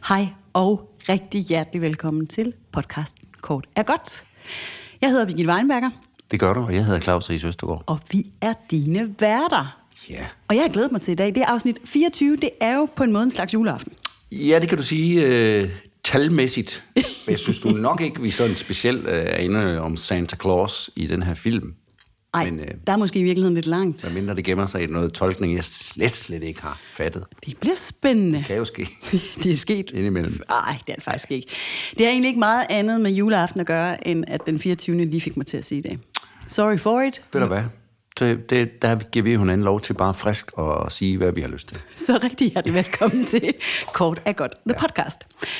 Hej og rigtig hjertelig velkommen til podcasten Kort er godt. Jeg hedder Birgitte Weinberger. Det gør du, og jeg hedder Claus Riis Østergaard. Og vi er dine værter. Ja. Og jeg har glædet mig til i dag. Det er afsnit 24. Det er jo på en måde en slags juleaften. Ja, det kan du sige talmæssigt. Men jeg synes du nok ikke, vi sådan specielt er inde om Santa Claus i den her film. Nej, der er måske i virkeligheden lidt langt. Medmindre det gemmer sig i noget tolkning, jeg slet ikke har fattet. Det bliver spændende. Det kan jo ske. Det er sket. Indimellem. Nej, det er det faktisk ikke. Det har egentlig ikke meget andet med juleaften at gøre, end at den 24. lige fik mig til at sige det. Sorry for it. Ved du hvad? Der giver vi hinanden lov til bare frisk at sige, hvad vi har lyst til. Så rigtig hjertelig velkommen til Kort er godt, the podcast.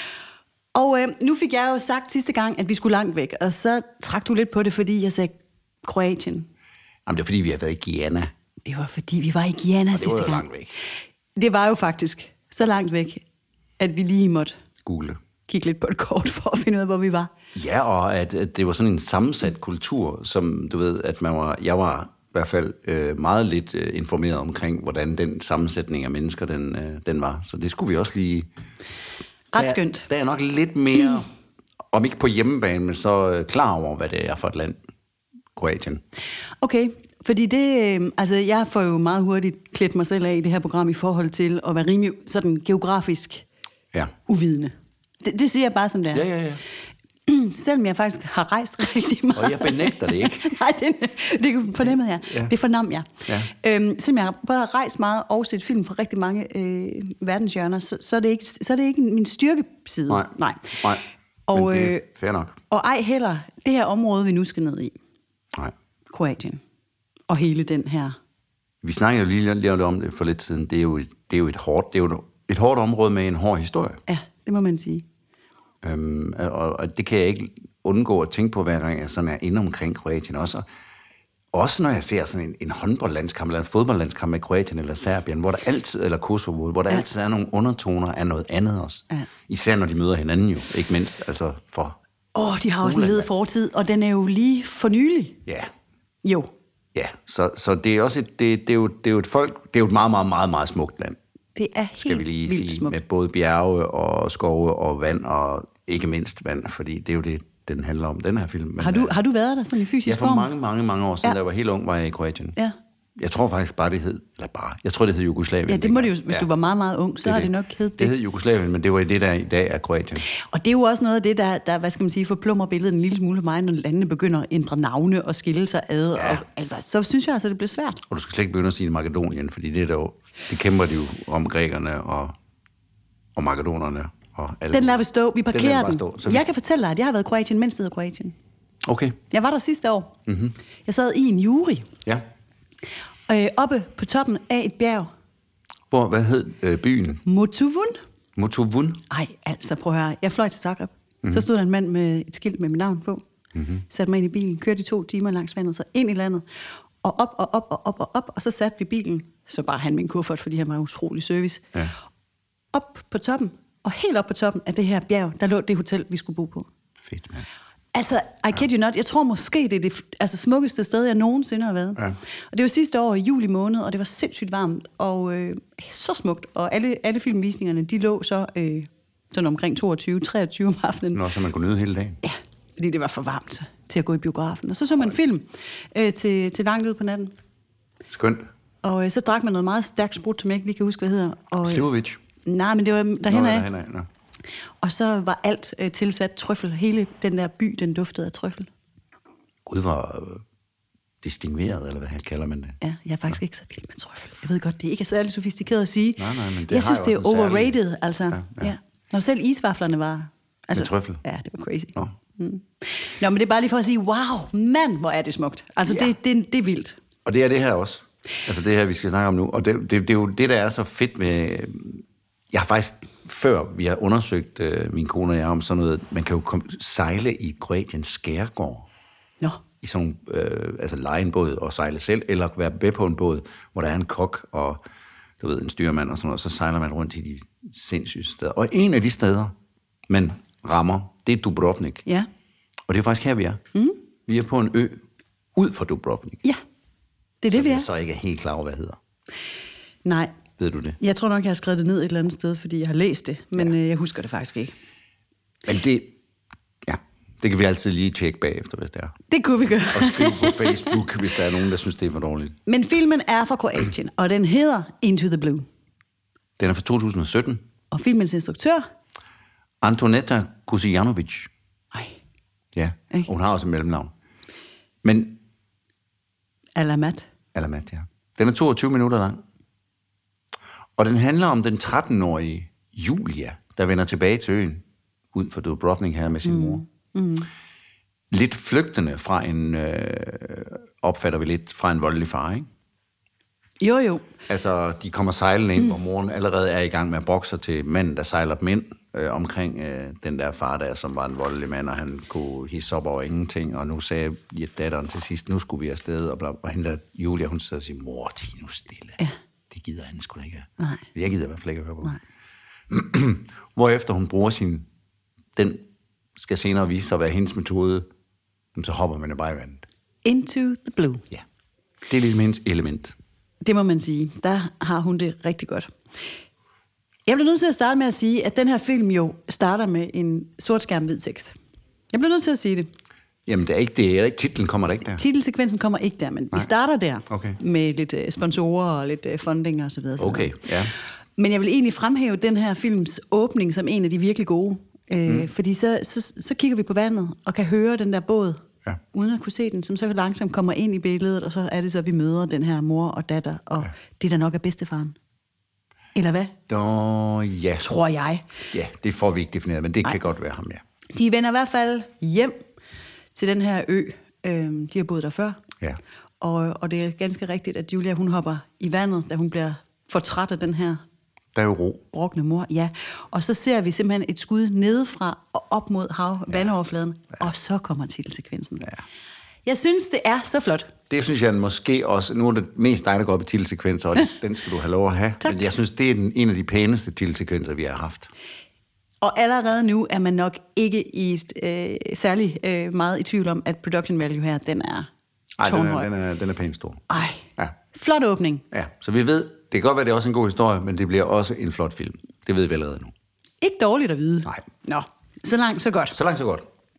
Og nu fik jeg jo sagt sidste gang, at vi skulle langt væk, og så trak du lidt på det, fordi jeg sagde Kroatien. Jamen, det er fordi, vi har været i Guyana. Det var fordi, vi var i Guyana sidste gang. Og det var jo langt væk. Det var jo faktisk så langt væk, at vi lige måtte Google. Kigge lidt på et kort for at finde ud af, hvor vi var. Ja, og at det var sådan en sammensat kultur, som du ved, at jeg var i hvert fald meget lidt informeret omkring, hvordan den sammensætning af mennesker, den var. Så det skulle vi også lige... Ret skønt. Der er nok lidt mere, om ikke på hjemmebane, men så klar over, hvad det er for et land, Kroatien. Okay, fordi det, altså jeg får jo meget hurtigt klædt mig selv af i det her program i forhold til at være rimelig sådan geografisk uvidende. Det siger jeg bare som det er. Ja. Selvom jeg faktisk har rejst rigtig meget. Og jeg benægter det ikke. Nej, det fornemmede jeg. Ja. Det fornam jeg. Ja. Selvom jeg har både rejst meget og set film fra rigtig mange verdenshjørner, så er det ikke min styrkeside. Nej. Og, men det er fair nok. Og ej heller det her område, vi nu skal ned i. Nej. Kroatien. Og hele den her. Vi snakkede jo lige om det for lidt siden. Det er jo et hårdt område med en hård historie. Ja, det må man sige. Og det kan jeg ikke undgå at tænke på, hver gang jeg sådan er inde omkring Kroatien også når jeg ser sådan en håndboldlandskamp eller en fodboldlandskamp med Kroatien eller Serbien, hvor der altid, eller Kosovo, hvor der altid er nogle undertoner af noget andet også. Ja. Især når de møder hinanden jo, ikke mindst altså for... de har også en led fortid, og den er jo lige for nylig. Ja. Jo. Ja, så det er også det er jo et folk, det er jo et meget, meget, meget, meget smukt land. Det er helt skal vi lige vildt sige, smukt. med både bjerge og skove og vand, og ikke mindst vand, fordi det er jo det, den handler om, den her film. Men, har du været der sådan i fysisk form? Ja, for mange år siden, da jeg var helt ung, var jeg i Kroatien. Ja. Jeg tror faktisk bare, jeg tror, det hed Jugoslavien. Ja, det må det jo, hvis du var meget, meget ung, så har det nok heddet det. Det hed Jugoslavien, men det var det, der i dag er Kroatien. Og det er jo også noget af det, der hvad skal man sige, forplummer billedet en lille smule for mig, når landene begynder at ændre navne og skille sig ad. Ja. Og, altså, så synes jeg altså, det bliver svært. Og du skal slet ikke begynde at sige Makedonien, fordi det kæmper de jo om grækerne og makedonerne. Den lader vi stå. Vi parkerer den. Stå. Jeg kan fortælle dig, at jeg har været i Kroatien, mens det hedder Kroatien. Okay. Jeg var der sidste år. Mm-hmm. Jeg sad i en jury. Ja. Oppe på toppen af et bjerg. Hvad hed byen? Motovun. Ej, altså prøv at høre. Jeg fløj til Zagreb. Mm-hmm. Så stod der en mand med et skilt med mit navn på. Mm-hmm. Satte mig ind i bilen, kørte i 2 timer langs vandet, så ind i landet. Og op, og så satte vi bilen. Så bare han min kuffert, fordi han var utrolig service. Ja. Op på toppen. Og helt op på toppen af det her bjerg, der lå det hotel, vi skulle bo på. Fedt, mand. Altså, I kid you not, jeg tror måske, det er det smukkeste sted, jeg nogensinde har været. Ja. Og det var sidste år i juli måned, og det var sindssygt varmt, og så smukt. Og alle filmvisningerne, de lå så sådan omkring 22-23 om aftenen. Nå, så man kunne nyde hele dagen? Ja, fordi det var for varmt til at gå i biografen. Og så man film til langt ud på natten. Skønt. Og så drak man noget meget stærkt sprut, som jeg ikke lige kan huske, hvad hedder. Slivovic? Nej, men det var derhen af. Og så var alt tilsat trøffel. Hele den der by, den duftede af trøffel. Gud, var distingueret, eller hvad kalder man det? Ja, jeg er faktisk ikke så vild med trøffel. Jeg ved godt, det ikke er særlig sofistikeret at sige. Nej, men det jeg synes, det er overrated, særlig... altså. Ja. Når selv isvaflerne var... Altså, med trøffel? Ja, det var crazy. Nå, men det er bare lige for at sige, wow, mand, hvor er det smukt. Altså, det er vildt. Og det er det her også. Altså det her, vi skal snakke om nu. Og det er jo det, der er så fedt med... Jeg har faktisk, før vi har undersøgt, min kone og jeg, om sådan noget, man kan jo sejle i Kroatiens skærgård. Nå. I sådan leje en båd og sejle selv, eller være med på en båd, hvor der er en kok og, du ved, en styrmand og sådan noget, så sejler man rundt i de sindssyge steder. Og en af de steder, man rammer, det er Dubrovnik. Ja. Og det er faktisk her, vi er. Mm. Vi er på en ø ud fra Dubrovnik. Ja, det er det, vi er. Jeg så ikke er helt klar over, hvad det hedder. Nej. Ved du det? Jeg tror nok, jeg har skrevet det ned et eller andet sted, fordi jeg har læst det, men jeg husker det faktisk ikke. Men det kan vi altid lige tjekke bagefter, hvis det er. Det kunne vi gøre. Og skrive på Facebook, hvis der er nogen, der synes, det er for dårligt. Men filmen er fra Kroatien, og den hedder Into the Blue. Den er fra 2017. Og filmens instruktør? Antoneta Kusijanovic. Ej. Ja, og hun har også et mellemnavn. Men... Alamat, ja. Den er 22 minutter lang. Og den handler om den 13-årige Julia, der vender tilbage til øen, ud for Dubrovnik her med sin mor. Lidt flygtende fra en, opfatter vi lidt, fra en voldelig far, ikke? Jo. Altså, de kommer sejlende ind, hvor moren allerede er i gang med at bokse til manden, der sejler dem ind omkring den der far der, som var en voldelig mand, og han kunne hisse op over ingenting, og nu sagde datteren til sidst, nu skulle vi afsted, og hende der Julia, hun sidder og siger, mor, tig nu stille. Ja. Det gider han sgu da ikke. Nej. Jeg gider i hvert fald ikke at høre på. Nej. Hvorefter hun bruger den skal senere vise sig at være hendes metode, så hopper man jo bare i vandet. Into the Blue. Ja. Det er ligesom hendes element. Det må man sige. Der har hun det rigtig godt. Jeg bliver nødt til at starte med at sige, at den her film jo starter med en sort skærm hvid tekst. Jeg bliver nødt til at sige det. Jamen, det er ikke det. Titlen kommer der ikke der. Titelsekvensen kommer ikke der, men vi starter der. Okay. Med lidt sponsorer og lidt funding og så videre. Okay, ja. Men jeg vil egentlig fremhæve den her films åbning som en af de virkelig gode. Fordi så kigger vi på vandet og kan høre den der båd, uden at kunne se den, som så langsomt kommer ind i billedet, og så er det så, at vi møder den her mor og datter, og det der nok er bedstefaren. Eller hvad? Ja. Tror jeg. Ja, det får vi ikke defineret, men det kan godt være ham, ja. De vender i hvert fald hjem til den her ø. De har boet der før. Ja. Og det er ganske rigtigt, at Julia, hun hopper i vandet, da hun bliver for træt af den her der er jo ro. Brokne mor, ja. Og så ser vi simpelthen et skud nedefra og op mod vandoverfladen, og så kommer titelsekvensen. Ja. Jeg synes, det er så flot. Det synes jeg måske også, nu er det mest dig, der går op i titelsekvenser, og den skal du have lov at have. Tak. Men jeg synes, det er en af de pæneste titelsekvenser, vi har haft. Og allerede nu er man nok ikke særlig meget i tvivl om, at production value her, den er tårnhøj. Den er pænt stor. Ej, flot åbning. Ja, så vi ved, det kan godt være, det er også en god historie, men det bliver også en flot film. Det ved vi allerede nu. Ikke dårligt at vide. Nej. Nå, så langt, så godt. Så langt, så godt.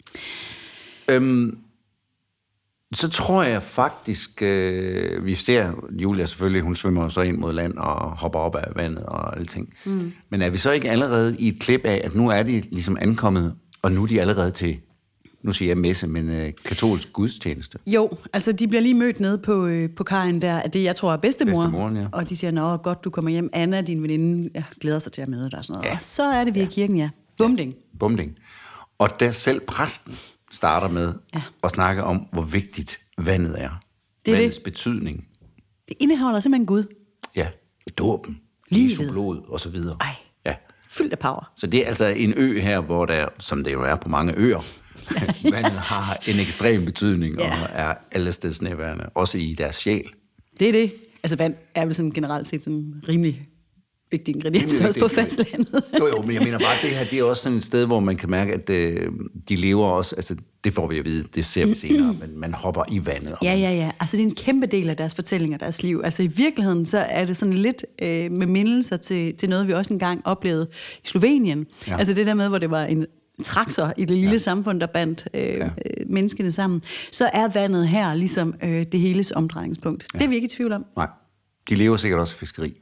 Så tror jeg faktisk, vi ser Julia selvfølgelig, hun svømmer så ind mod land og hopper op af vandet og alting. Men er vi så ikke allerede i et klip af, at nu er de ligesom ankommet, og nu er de allerede til, nu siger jeg messe, men katolsk gudstjeneste? Jo, altså de bliver lige mødt nede på kajen der, at det jeg tror er bedstemor. Ja. Og de siger, nå godt, du kommer hjem. Anna, din veninde, glæder sig til at møde dig og sådan noget. Ja. Og så er det vi i kirken, ja. Bumding. Bumding. Og der selv præsten starter med at snakke om, hvor vigtigt vandet er. Vandets betydning. Det indeholder simpelthen Gud. Ja, dåben, Jesu blod og så videre. Ej, ja. Fyldt af power. Så det er altså en ø her, hvor der, som det jo er på mange øer, vandet har en ekstrem betydning og er allestedsnærværende, også i deres sjæl. Det er det. Altså vand er vel sådan generelt set en rimelig vigtig ingrediens også på fastlandet. Jo, men jeg mener bare, at det her det er også sådan et sted, hvor man kan mærke, at de lever også, altså det får vi at vide, det ser vi senere, men man hopper i vandet. Ja. Altså det er en kæmpe del af deres fortælling og deres liv. Altså i virkeligheden, så er det sådan lidt med mindelser til noget, vi også engang oplevede i Slovenien. Ja. Altså det der med, hvor det var en traktor i det lille samfund, der bandt menneskene sammen, så er vandet her ligesom det heles omdrejningspunkt. Det er vi ikke i tvivl om. Nej, de lever sikkert også fiskeri.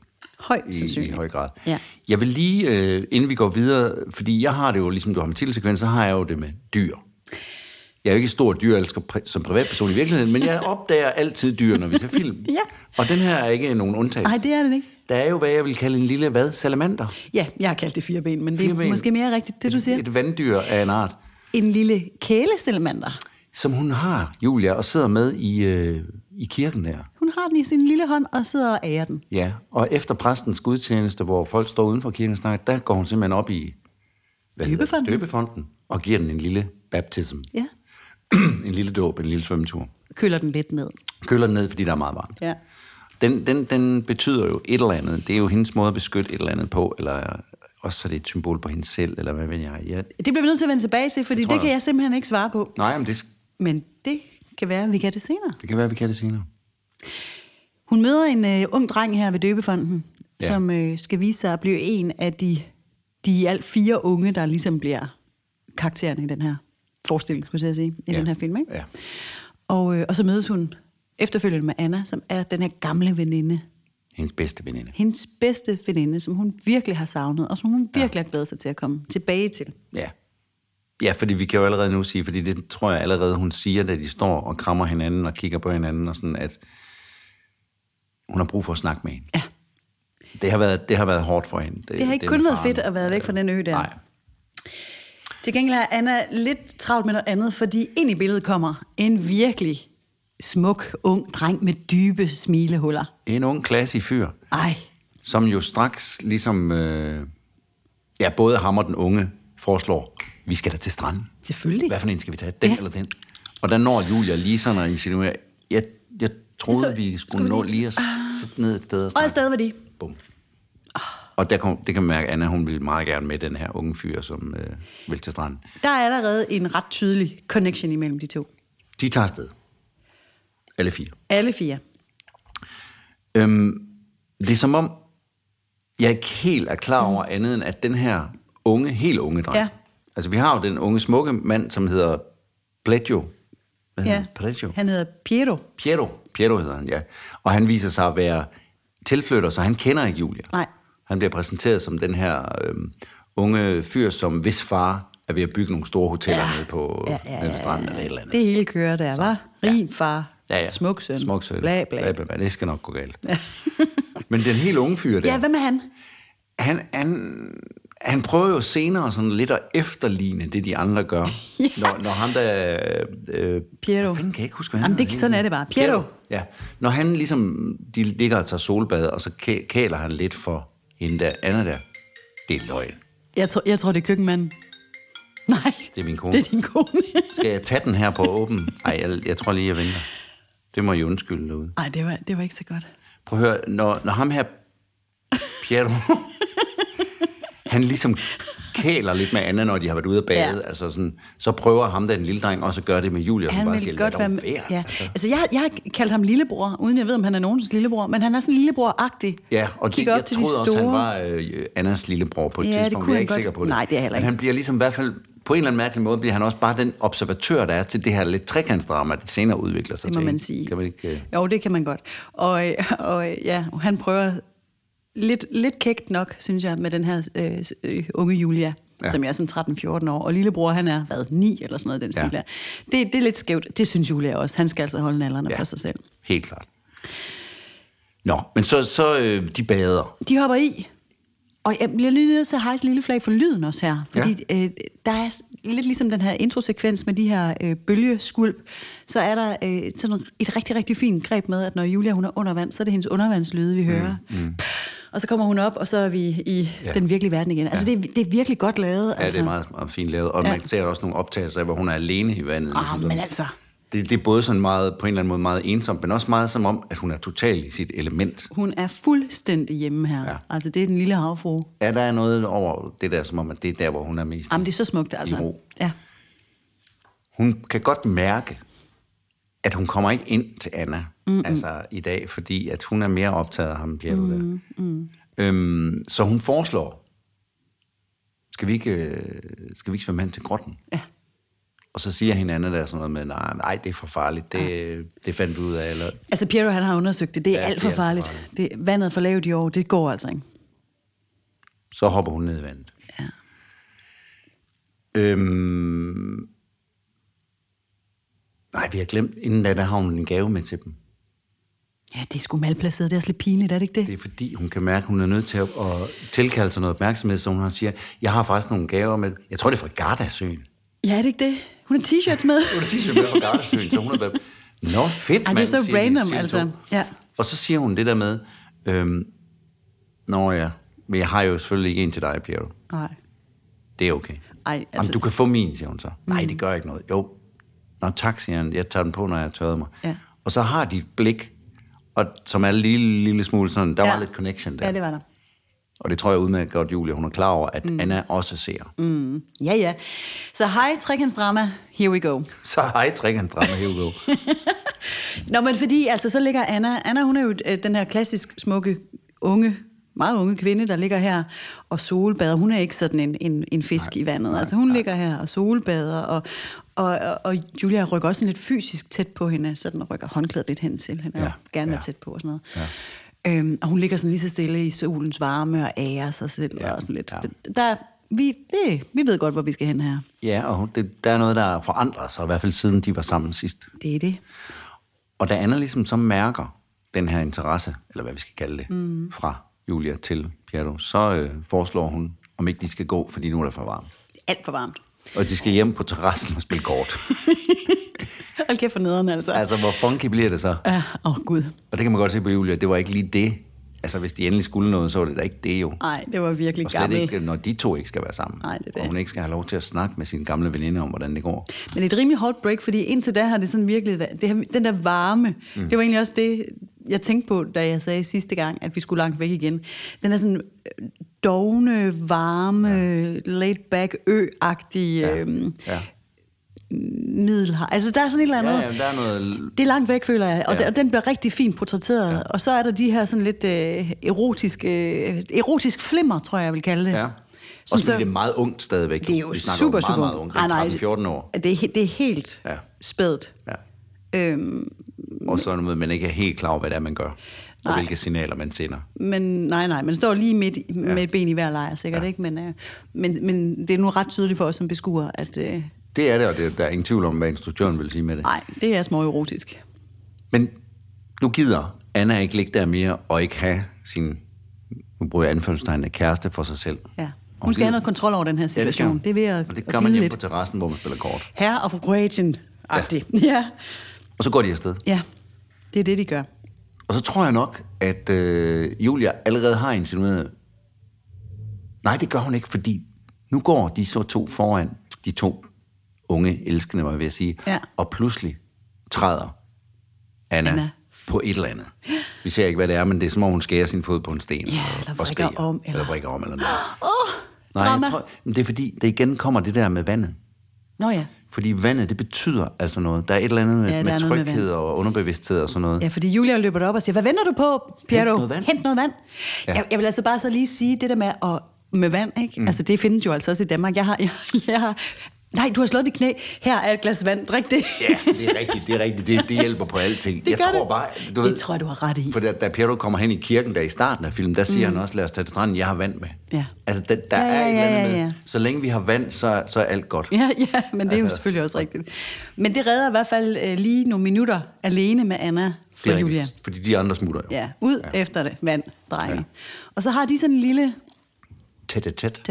I høj grad. Ja. Jeg vil lige, inden vi går videre, fordi jeg har det jo, ligesom du har med titelsekvens, så har jeg jo det med dyr. Jeg er jo ikke stor dyrelsker som privatperson i virkeligheden, men jeg opdager altid dyr, når vi ser film. Ja. Og den her er ikke nogen undtagelse. Nej, det er det ikke. Der er jo, hvad jeg vil kalde en lille, salamander. Ja, jeg har kaldt det 4 ben, men det er måske mere rigtigt, det du siger. Et vanddyr af en art. En lille kælesalamander. Som hun har, Julia, og sidder med i kirken der. Hun har den i sin lille hånd og sidder og ærer den. Ja, og efter præstens gudstjeneste, hvor folk står uden for kirken og snakker, der går hun simpelthen op i døbefonden og giver den en lille baptism. Ja. En lille dåb, en lille svømmetur. Køler den lidt ned. Køler den ned, fordi der er meget varmt. Ja. Den betyder jo et eller andet. Det er jo hendes måde at beskytte et eller andet på, eller også så det er et symbol på hende selv, eller hvad ved jeg. Ja. Det bliver vi nødt til at vende tilbage til, fordi det kan jeg simpelthen ikke svare på. Nej, men det kan være, at vi kan det senere. Det kan være, at vi kan det senere. Hun møder en ung dreng her ved døbefonden, som skal vise sig at blive en af de i alt 4 unge, der ligesom bliver karakteren i den her forestilling, skulle jeg sige, i den her film, ikke? Ja. Og så mødes hun efterfølgende med Anna, som er den her gamle veninde. Hendes bedste veninde. Hendes bedste veninde, som hun virkelig har savnet, og som hun virkelig har glædet sig til at komme tilbage til. Ja. Ja, fordi vi kan jo allerede nu sige, fordi det tror jeg allerede, hun siger, da de står og krammer hinanden og kigger på hinanden, og sådan, at hun har brug for at snakke med hende. Ja. Det har været hårdt for hende. Det har ikke kun været fedt at være væk fra den ø der. Nej. Til gengæld er Anna lidt travlt med noget andet, fordi ind i billedet kommer en virkelig smuk, ung dreng med dybe smilehuller. En ung klasse fyr. Ej. Som jo straks ligesom, både ham og den unge foreslår, vi skal da til stranden. Selvfølgelig. Hvad for en skal vi tage? Den eller den? Og der når Julia lige sådan og insinuerer, jeg troede, vi skulle nå lige at sætte ned et sted og snakke. Og et sted var de. Bum. Og det kan man mærke, at Anna, hun vil meget gerne med den her unge fyr, som vil til stranden. Der er allerede en ret tydelig connection imellem de to. De tager afsted. Alle 4. Alle 4. Det er som om, jeg ikke helt er klar over andet end, at den her helt unge dreng. Ja. Altså, vi har jo den unge, smukke mand, som hedder Pleggio. Hvad hedder han? Pleggio? Han hedder Piero. Piero hedder han, ja. Og han viser sig at være tilflytter, så han kender ikke Julia. Nej. Han bliver præsenteret som den her unge fyr, som hvis far er ved at bygge nogle store hoteller nede på nede stranden eller et eller andet. Det hele kører der, var. Rig far, smuk søn, bla, bla, bla. Det skal nok gå galt. Ja. Men den helt unge fyr der... Ja, hvem er han? Han prøver jo senere sådan lidt at efterligne det, de andre gør. Ja. Når ham der... Piero. Hvad fanden kan jeg ikke huske, hvad han hedder? Sådan er det bare. Piero. Ja. Når han ligesom... De ligger og tager solbad, og så kæler han lidt for hende der, Anna der. Det er løgn. Jeg tror, det er køkkenmanden. Nej. Det er min kone. Det er din kone. Skal jeg tage den her på åben? Nej, jeg tror lige, jeg venter. Det må I undskylde derude. Nej, det var ikke så godt. Prøv at høre, når ham her... Piero... han ligesom kæler lidt med Anna, når de har været ude at bade. Ja. Altså sådan, så prøver ham, den lille dreng, også at gøre det med Julia. Han bare vil siger, godt være med. Ja. Altså, jeg har kaldt ham lillebror, uden jeg ved, om han er nogens lillebror. Men han er sådan lillebror-agtig. Ja, og jeg troede også, han var Annas lillebror på et tidspunkt. Jeg er ikke sikker på det. Nej, det er heller ikke. Men han bliver ligesom i hvert fald... På en eller anden mærkelig måde bliver han også bare den observatør, der er til det her lidt trekantsdrama, det senere udvikler sig til. Det må man sige. Kan man ikke... Jo, det kan man godt. Og han prøver... Lidt kægt nok, synes jeg, med den her unge Julia, som jeg er sådan 13-14 år. Og lillebror, han er, 9 eller sådan noget, den stil der. Det er lidt skævt. Det synes Julia også. Han skal altså holde nallerne for sig selv. Helt klart. Nå, men så de bader. De hopper i. Og jeg bliver lige nødt til at hejse lille flag for lyden også her. Fordi der er lidt ligesom den her introsekvens med de her bølgeskulp, så er der sådan et rigtig, rigtig fint greb med, at når Julia hun er under vand, så er det hendes undervandslyde, vi hører. Og så kommer hun op, og så er vi i den virkelige verden igen. Altså det er virkelig godt lavet. Ja, det er meget, meget fint lavet. Og man ser også nogle optagelser af, hvor hun er alene i vandet. Ligesom men altså... Det er både sådan meget, på en eller anden måde meget ensomt, men også meget som om, at hun er totalt i sit element. Hun er fuldstændig hjemme her. Ja. Altså, det er den lille havfrue. Ja, der er noget over det der, som om, at det er der, hvor hun er mest Jamen, det er så smukt, altså. I ro. Ja. Hun kan godt mærke, at hun kommer ikke ind til Anna altså i dag, fordi at hun er mere optaget af ham, Piero der. Så hun foreslår, skal vi ikke svømme hen til grotten? Ja. Og så siger hende Anna der sådan noget med, nej, det er for farligt, det fandt vi ud af. Eller... Altså Piero, han har undersøgt det, det er alt for farligt. Vandet er for lavt i år, det går altså ikke. Så hopper hun ned i vandet. Ja. Nej, vi har glemt, inden da har hun en gave med til dem. Ja, det er sgu malplaceret, det er også lidt pinligt, er det ikke det? Det er fordi, hun kan mærke, at hun er nødt til at tilkalde sig noget opmærksomhed, så hun siger, jeg har faktisk nogle gaver med, jeg tror det er fra Gardasøen. Ja, er det ikke det? Hun har t-shirts med. Hun har t-shirts med fra Gardasøen, så hun har været... Nå, fedt, mand. Det er så random, altså. Ja. Og så siger hun det der med... Nå ja, men jeg har jo selvfølgelig ikke en til dig, Piero. Nej. Det er okay. Ej, altså... Jamen, du kan få min, siger hun så. Nej, det gør ikke noget. Jo. Nå, tak, siger han. Jeg tager den på, når jeg tørrer mig. Ja. Og så har de et blik, og, som er lille smule sådan... Der var lidt connection der. Ja, det var der. Og det tror jeg udmærket godt, Julia, hun er klar over, at Anna også ser. Ja. Så hej, trekantsdrama, here we go. Here we go. Nå, men fordi, altså, så ligger Anna, hun er jo den her klassisk smukke, unge meget unge kvinde, der ligger her og solbader. Hun er ikke sådan en fisk i vandet. Altså hun ligger her og solbader, og Julia rykker også lidt fysisk tæt på hende, så den rykker håndklædet lidt hen til hende, og gerne være tæt på og sådan noget. Ja. Og hun ligger sådan lige så stille i solens varme og ærer sig selv og sådan lidt. Ja. Vi ved godt, hvor vi skal hen her. Ja, og der er noget, der forandrer sig, i hvert fald siden de var sammen sidst. Det er det. Og da Anna ligesom så mærker den her interesse, eller hvad vi skal kalde det, fra Julia til Pietro, så foreslår hun, om ikke de skal gå, fordi nu er det for varmt. Alt for varmt. Og de skal hjem på terrassen og spille kort. Hold kæft for nederen, altså. Altså, hvor funky bliver det så? Ja, Gud. Og det kan man godt se på Julia, det var ikke lige det. Altså, hvis de endelig skulle noget, så var det da ikke det jo. Nej, det var virkelig gammelt. Og slet ikke, når de to ikke skal være sammen. Nej, det er det. Og hun ikke skal have lov til at snakke med sine gamle veninder om, hvordan det går. Men et rimelig hårdt break, fordi indtil da har det sådan virkelig... Den der varme, det var egentlig også det, jeg tænkte på, da jeg sagde sidste gang, at vi skulle langt væk igen. Den er sådan dovne, varme, laid-back, ø-agtig... Middelhav. Altså, der er sådan et eller andet... Ja, der er noget... Det er langt væk, føler jeg. Og den bliver rigtig fint portrætteret. Ja. Og så er der de her sådan lidt erotisk flimmer, tror jeg vil kalde det. Ja. Også fordi det er meget ungt stadigvæk. Det er jo super meget ungt. Det er 13-14 år. Det er helt spædt. Ja. Og så er det med, at man ikke er helt klar over, hvad det er, man gør. Og hvilke signaler man sender. Men man står lige midt med et ben i hver lejr, sikkert ikke. Men det er nu ret tydeligt for os som beskuer, at... Det er det, og der er ingen tvivl om, hvad instruktøren vil sige med det. Nej, det er småerotisk. Men nu gider Anna ikke ligge der mere, og ikke have sin, nu bruger jeg anførselstegn, kæreste for sig selv. Ja. Hun skal have noget kontrol over den her situation. Ja, det er ved at, og det gør man hjemme på terrassen, hvor man spiller kort. Herre og fru Kroatien-agtigt. Ja. Og så går de afsted. Ja, det er det, de gør. Og så tror jeg nok, at Julia allerede har insinueret... Nej, det gør hun ikke, fordi nu går de så to foran de to unge elskende, hvad vil jeg sige, og pludselig træder Anna på et eller andet. Vi ser ikke, hvad det er, men det er som om hun skærer sin fod på en sten. Ja, eller vrikker om. Eller vrikker om, eller noget. Nej, jeg tror, men det er fordi, der igen kommer det der med vandet. Nå ja. Fordi vandet, det betyder altså noget. Der er et eller andet med tryghed og underbevidsthed og sådan noget. Ja, fordi Julia løber derop og siger, hvad venter du på, Pietro? Hent noget vand. Ja. Jeg vil altså bare så lige sige det der med vand, ikke? Altså, det findes jo altså også i Danmark. Jeg har nej, du har slået dit knæ. Her er et glas vand. Drik det. Ja, det er rigtigt. Det hjælper på alting. Jeg tror bare, det tror jeg, du har ret i. For da Pietro kommer hen i kirken der i starten af filmen, der siger han også, lad os tage til stranden, jeg har vand med. Ja. Altså, der er et eller andet med. Så længe vi har vand, så er alt godt. Ja, men det er jo selvfølgelig også rigtigt. Men det redder i hvert fald lige nogle minutter alene med Anna for Julia. Rigtigt, fordi de andre smutter jo. Ja, ud efter det. Vand, drenge. Ja. Og så har de sådan en lille... Tæt.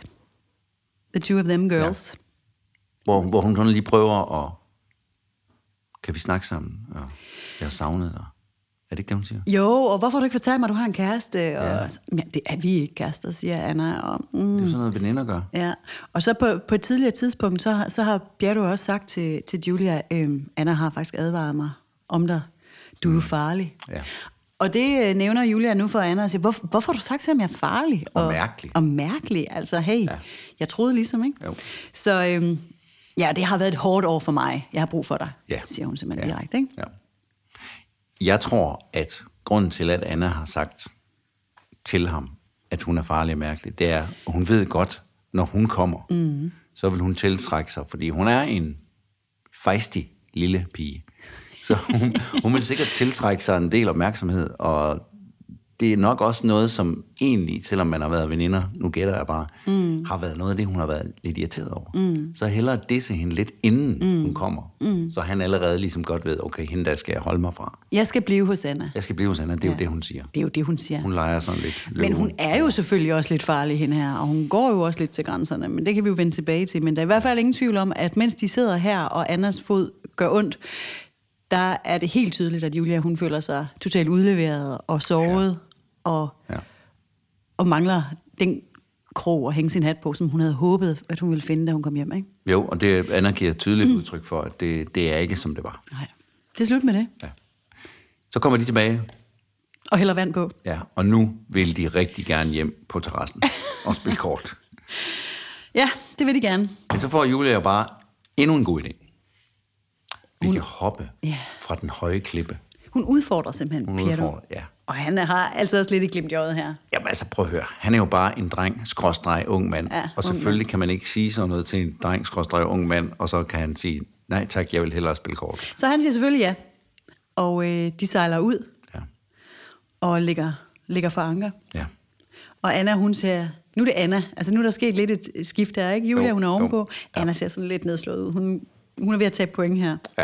The two of them girls. Ja. Hvor hun sådan lige prøver at... Kan vi snakke sammen? Og jeg har savnet dig. Er det ikke det, hun siger? Jo, og hvorfor har du ikke fortalt mig, at du har en kæreste? Ja, det er vi ikke kærester, siger Anna. Og, det er jo sådan noget, veninder gør. Ja, og så på et tidligere tidspunkt, så har Pietro også sagt til Julia, Anna har faktisk advaret mig om dig. Du er farlig. Ja. Og det nævner Julia nu for Anna og siger, hvorfor har du sagt til ham, jeg er farlig? Og mærkelig, altså hey, jeg troede ligesom, ikke? Jo. Så ja, det har været et hårdt år for mig. Jeg har brug for dig, siger hun simpelthen direkte, ikke? Ja. Jeg tror, at grunden til, at Anna har sagt til ham, at hun er farlig og mærkelig, det er, at hun ved godt, når hun kommer, så vil hun tiltrække sig, fordi hun er en fejstig lille pige. Så hun vil sikkert tiltrække sig en del opmærksomhed, og det er nok også noget, som egentlig, selvom man har været veninder, nu gætter jeg bare, har været noget af det, hun har været lidt irriteret over. Så hellere disse hende lidt, inden hun kommer. Så han allerede ligesom godt ved, okay, hende der skal jeg holde mig fra. Jeg skal blive hos Anna. Det er jo det, hun siger. Det er jo det, hun siger. Hun leger sådan lidt. Men hun er jo selvfølgelig også lidt farlig, hende her, og hun går jo også lidt til grænserne, men det kan vi jo vende tilbage til. Men der er i hvert fald ingen tvivl om, at mens de sidder her, og Annas fod gør ondt, der er det helt tydeligt, at Julia, hun føler sig totalt udleveret og såret, og mangler den krog at hænge sin hat på, som hun havde håbet, at hun ville finde, da hun kom hjem, ikke? Jo, og det Anna giver tydeligt udtryk for, at det er ikke, som det var. Nej, det er slut med det. Ja. Så kommer de tilbage. Og hælder vand på. Ja, og nu vil de rigtig gerne hjem på terrassen og spille kort. Ja, det vil de gerne. Men så får Julia jo bare endnu en god idé. Vi kan hoppe fra den høje klippe. Hun udfordrer simpelthen Piero. Ja. Og han har altså også lidt i glimt i øjet her. Jamen altså, prøv at høre. Han er jo bare en dreng, / ung mand. Ja, og selvfølgelig kan man ikke sige sådan noget til en dreng, / ung mand, og så kan han sige, nej tak, jeg vil hellere spille kort. Så han siger selvfølgelig ja. Og de sejler ud. Ja. Og ligger for anker. Ja. Og Anna, hun ser... Nu er det Anna. Altså nu er der sket lidt et skift her, ikke? Julia, hun er ovenpå. Ja. Anna ser sådan lidt nedslået ud. Hun er ved at tage point her. Ja.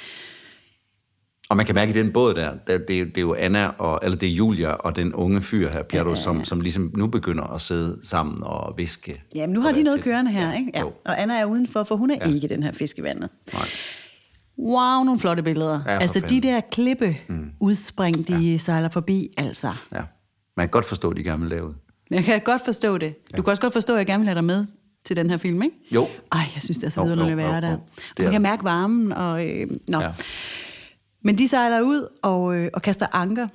Og man kan mærke i den båd der, det er jo Anna, eller det er Julia og den unge fyr her, Piero, som ligesom nu begynder at sidde sammen og viske. Jamen nu har de noget kørende her, ikke? Ja. Jo. Og Anna er udenfor, for hun er ikke den her fisk i vandet. Nej. Wow, nogle flotte billeder. Ja, altså de der klippe udspring, de sejler forbi, altså. Ja, man kan godt forstå, at de gerne vil lave det. Men jeg kan godt forstå det. Du kan også godt forstå, at jeg gerne vil have dig med til den her film, ikke? Jo. Ej, jeg synes, det er så vidunderligt at være der. Og man kan mærke varmen, og Ja. Men de sejler ud og kaster anker,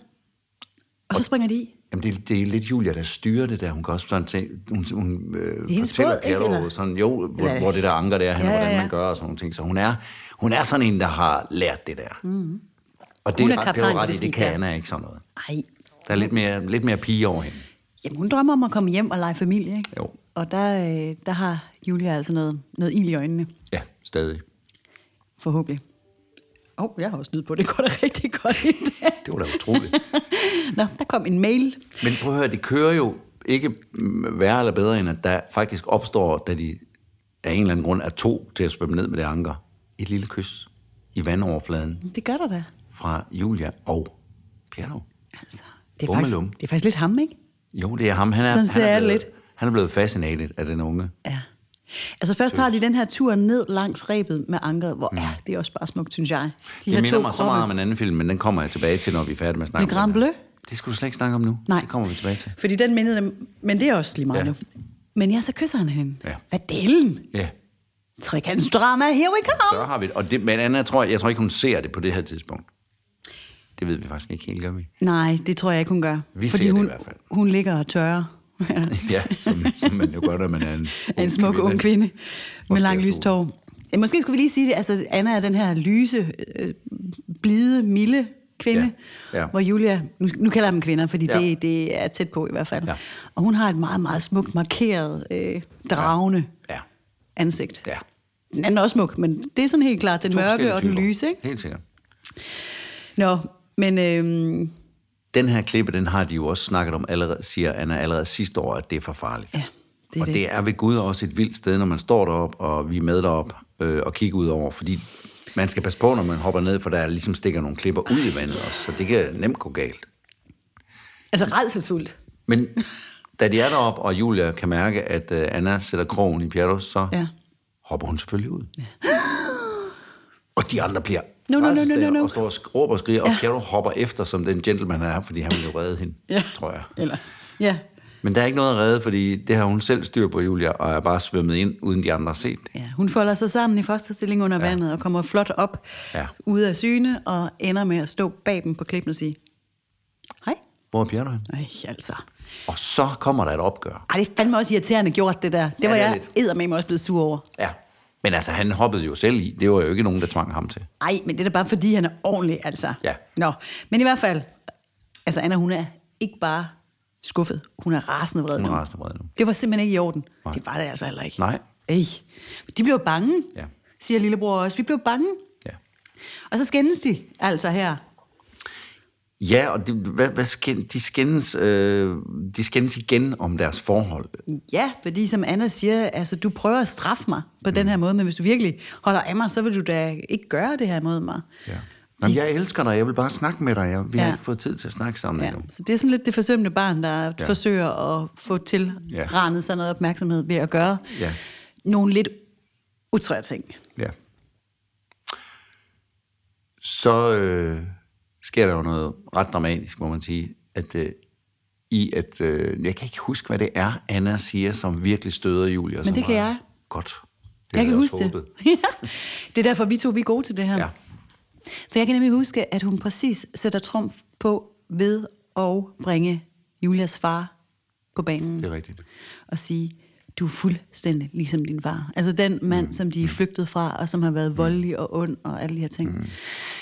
og så springer de i. Jamen, det er lidt Julia, der styrer det der. Hun kan også sådan se, hun fortæller Piero sådan, hvor det der anker der, hvordan man gør og sådan nogle ting. Så hun er sådan en, der har lært det der. Mm. Og det er ret i, det kan Anna ikke sådan noget. Nej. Der er lidt mere pige over hende. Jamen, hun drømmer om at komme hjem og lege familie, ikke? Jo. Og der har Julia altså noget ild i øjnene. Ja, stadig. Forhåbentlig. Jeg har også nydt på, det går da rigtig godt i dag. Det var da utroligt. Nå, der kom en mail. Men prøv at høre, det kører jo ikke værre eller bedre, end at der faktisk opstår, da de af en eller anden grund er 2 til at svømme ned med det anker, et lille kys i vandoverfladen. Det gør der da. Fra Julia og Piero. Altså, det er faktisk lidt ham, ikke? Jo, det er ham. Han er blevet fascineret af den unge. Ja. Altså først har de den her tur ned langs rebet med ankeret, hvor det er også bare smukt, synes jeg. Det minder mig så meget om en anden film, men den kommer jeg tilbage til, når vi er færdige med at snakke med Grand Bleu? Det skulle du slet ikke snakke om nu. Nej. Det kommer vi tilbage til. Fordi den mindede dem, men det er også lige meget nu. Men ja, så kysser han hende. Ja. Hvad delen? Ja. Trekantsdrama, here we come! Så har vi det. Og det, men Anna, jeg tror ikke, hun ser det på det her tidspunkt. Det ved vi faktisk ikke helt, gør vi? Nej, det tror jeg ikke, hun gør. Vi ser det i hvert fald. Hun ligger og tørrer. Ja, som man jo gør, når man er en smuk ung kvinde med lang lyst hår. Måske skulle vi lige sige det, altså Anna er den her lyse, blide, milde kvinde, hvor Julia, nu kalder jeg dem kvinder, fordi det er tæt på i hvert fald, og hun har et meget, meget smukt, markeret, dragende ansigt. Ja. Den anden er også smuk, men det er sådan helt klart den mørke og den lyse, ikke? Helt sikkert. Nå, men... Den her klippe, den har de jo også snakket om, siger Anna allerede sidste år, at det er for farligt. Ja, det er ved Gud også et vildt sted, når man står deroppe, og vi er med deroppe og kigger ud over, fordi man skal passe på, når man hopper ned, for der ligesom stikker nogle klipper ud i vandet også, så det kan nemt gå galt. Altså rædselsfuldt. Men da de er deroppe, og Julia kan mærke, at Anna sætter krogen i Piero, så hopper hun selvfølgelig ud. Ja. Og de andre bliver no. og står og råber og skriger, og Piero hopper efter, som den gentleman er, fordi han vil jo redde hende, tror jeg. Men der er ikke noget at redde, fordi det har hun selv styr på, Julia, og er bare svømmet ind, uden de andre har set det. Ja, hun folder sig sammen i fosterstilling under vandet, og kommer flot op ude af syne, og ender med at stå bag dem på klippen og sige, hej. Hvor er Piero hen? Nej, altså. Og så kommer der et opgør. Ej, det er fandme også irriterende gjort, det der. Det var jeg eddermame også blevet sur over. Ja. Men altså, han hoppede jo selv i. Det var jo ikke nogen, der tvang ham til. Nej, men det er da bare, fordi han er ordentlig, altså. Ja. Nå, men i hvert fald, altså Anna, hun er ikke bare skuffet. Hun er rasende vred nu. Det var simpelthen ikke i orden. Nej. Det var det altså heller ikke. Nej. De blev bange, siger lillebror også. Vi blev bange. Ja. Og så skændes de altså her. Ja, og de skændes igen om deres forhold. Ja, fordi som Anna siger, altså du prøver at straffe mig på den her måde, men hvis du virkelig holder af mig, så vil du da ikke gøre det her mod mig. Ja. Men jeg elsker dig, jeg vil bare snakke med dig. Vi har ikke fået tid til at snakke sammen endnu. Så det er sådan lidt det forsømte barn, der forsøger at få tilranet sig noget opmærksomhed ved at gøre nogle lidt utrære ting. Ja. Så sker der jo noget ret dramatisk, må man sige, at jeg kan ikke huske, hvad det er, Anna siger, som virkelig støder Julia. Men det kan jeg. Godt. Jeg kan huske det. Det er derfor, vi er gode til det her. Ja. For jeg kan nemlig huske, at hun præcis sætter trumf på ved at bringe Julias far på banen. Det er rigtigt. Og sige, du er fuldstændig ligesom din far. Altså den mand, som de er flygtet fra, og som har været voldelig og ond og alle de her ting.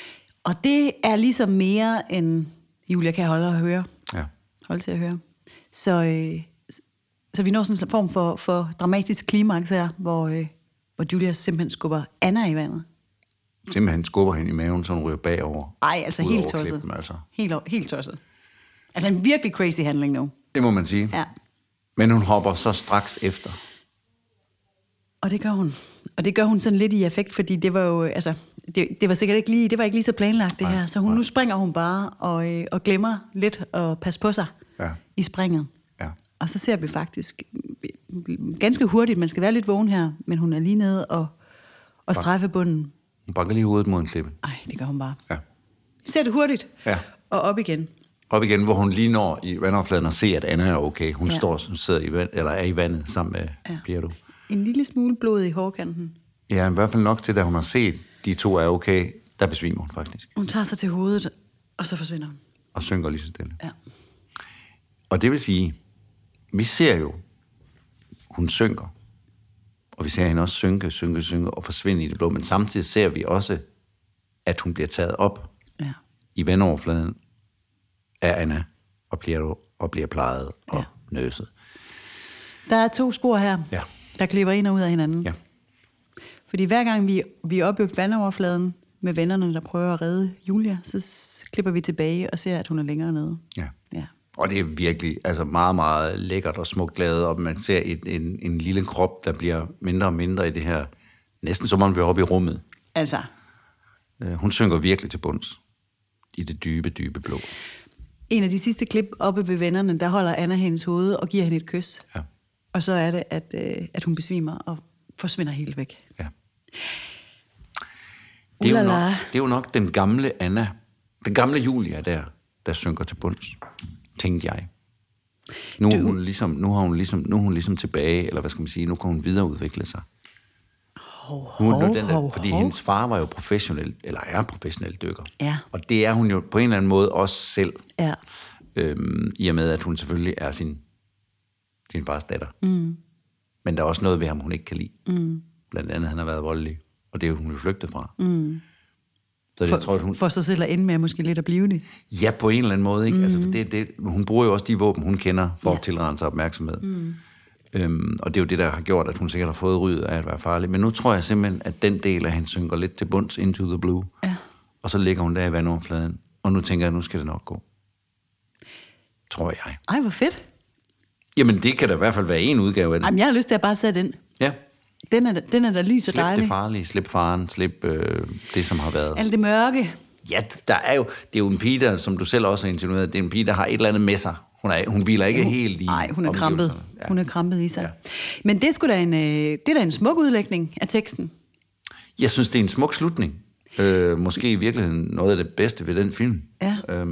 Og det er ligesom mere end Julia kan holde at høre. Ja. Holde til at høre. Så vi når sådan en form for dramatisk klimaks her, hvor Julia simpelthen skubber Anna i vandet. Simpelthen skubber hende i maven, så hun ryger bagover. Ej, altså helt tosset. Klippen, altså. Helt tosset. Altså en virkelig crazy handling nu. Det må man sige. Ja. Men hun hopper så straks efter. Og det gør hun. Og det gør hun sådan lidt i affekt, fordi det var jo, altså, det var sikkert ikke lige, det var ikke lige så planlagt det her. Så nu springer hun bare og glemmer lidt at passe på sig i springet. Ja. Og så ser vi faktisk ganske hurtigt, man skal være lidt vågen her, men hun er lige nede og strejfe bunden. Hun banker lige hovedet mod en klippe. Nej, det gør hun bare. Ja. Vi ser det hurtigt. Ja. Og op igen. Op igen, hvor hun lige når i vandoverfladen og ser, at Anna er okay. Hun sidder er i vandet sammen med Piero. En lille smule blod i hårkanten. Ja, i hvert fald nok til, da hun har set, de to er okay, der besvimer hun faktisk. Hun tager sig til hovedet, og så forsvinder hun. Og synker lige så stille. Ja. Og det vil sige, vi ser jo, hun synker. Og vi ser hende også synke og forsvinde i det blå. Men samtidig ser vi også, at hun bliver taget op i vandoverfladen af Anna og Piero og bliver plejet og nøset. Der er 2 spor her, der klipper ind og ud af hinanden. Ja. Fordi hver gang vi er oppe i vandoverfladen med vennerne, der prøver at redde Julia, så klipper vi tilbage og ser, at hun er længere nede. Ja. Ja. Og det er virkelig meget, meget lækkert og smukt lavet, og man ser en lille krop, der bliver mindre og mindre i det her, næsten som om vi er oppe i rummet. Altså. Hun synker virkelig til bunds i det dybe, dybe blå. En af de sidste klip oppe ved vennerne, der holder Anna hendes hoved og giver hende et kys. Ja. Og så er det, at hun besvimer og forsvinder helt væk. Ja. Det er jo nok den gamle Anna, den gamle Julia der synker til bunds, tænkte jeg. Nu er hun ligesom tilbage, eller hvad skal man sige, nu kan hun videreudvikle sig. Fordi hendes far var jo er professionel dykker. Ja. Og det er hun jo på en eller anden måde også selv. Ja. I og med, at hun selvfølgelig er sin fars datter. Mm. Men der er også noget ved ham, hun ikke kan lide. Mm. Blandt andet, han har været voldelig. Og det er hun jo flygtet fra. Mm. Så det, tror, hun... For sig selv at ende med måske lidt at blive det. Ja, på en eller anden måde. Ikke? Altså, hun bruger jo også de våben, hun kender, for at tilrane sig opmærksomhed. Mm. Og det er jo det, der har gjort, at hun sikkert har fået ryddet af at være farlig. Men nu tror jeg simpelthen, at den del af hende synker lidt til bunds into the blue. Ja. Og så ligger hun der i vandoverfladen. Og nu tænker jeg, at nu skal det nok gå. Tror jeg. Ej, hvor fedt. Jamen, det kan da i hvert fald være en udgave af den. Jamen, jeg har lyst til at bare tage den. Ja. Den er der lys og dejlig. Slip det farlige, slip faren, slip det, som har været. Alt det mørke. Ja, det er jo en pige, der, som du selv også har insinueret, det er en pige, der har et eller andet med sig. Hun hviler ikke helt i. Nej, hun er krampet. Ja. Hun er krampet i sig. Ja. Men det er da en smuk udlægning af teksten. Jeg synes, det er en smuk slutning. Måske i virkeligheden noget af det bedste ved den film. Ja.